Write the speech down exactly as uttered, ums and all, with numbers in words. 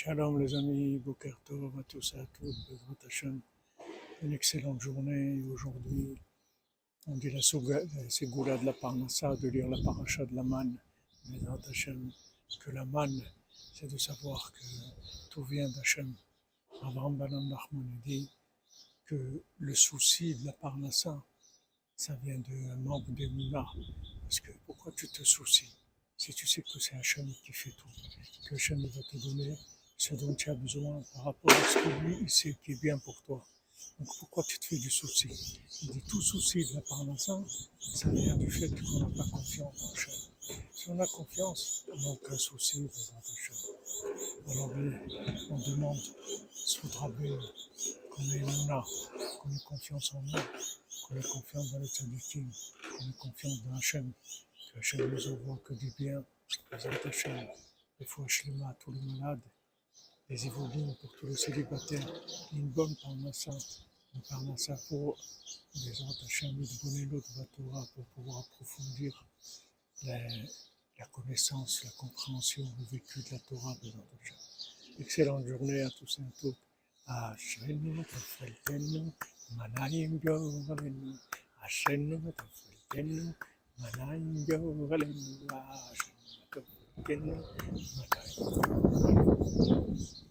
Shalom les amis, Boker Tov à tous et à toutes, Bezrat Hashem. Une excellente journée. Aujourd'hui, on dit la Ségoula de la Parnassa, de lire la paracha de la manne, Bezrat Hashem, que la manne, c'est de savoir que tout vient d'Hashem. Abraham Banam Nachman dit que le souci de la Parnassa, ça vient d'un manque d'émouna. Parce que pourquoi tu te soucies si tu sais que c'est Hachem qui fait tout, que Hachem va te donner ce dont tu as besoin par rapport à ce que lui il sait qui est bien pour toi. Donc pourquoi tu te fais du souci? Il dit tout souci de la parnassa, ça vient du fait qu'on n'a pas confiance en Hachem. Si on a confiance, on n'a aucun souci devant Hachem. Alors on demande, Soudrabé, qu'on ait Mouna, qu'on ait confiance en nous, qu'on ait confiance dans le tzadikim, qu'on ait confiance dans Hachem, que Hachem nous envoie que du bien, présente Hachem, des fois Shlema à tous les malades, des évolutions pour tous les célibataires, une bonne parnassa, une parnassa pour les autres Hachem, de donner l'autre Torah pour pouvoir approfondir la, la connaissance, la compréhension, le vécu de la Torah de notre Hachem. Excellente journée à tous et à toutes. Ashrenu tafiltenu manayim yoralenu. Ashrenu tafiltenu manayim yoralenu. Ashrenu tafiltenu manayim yoralenu.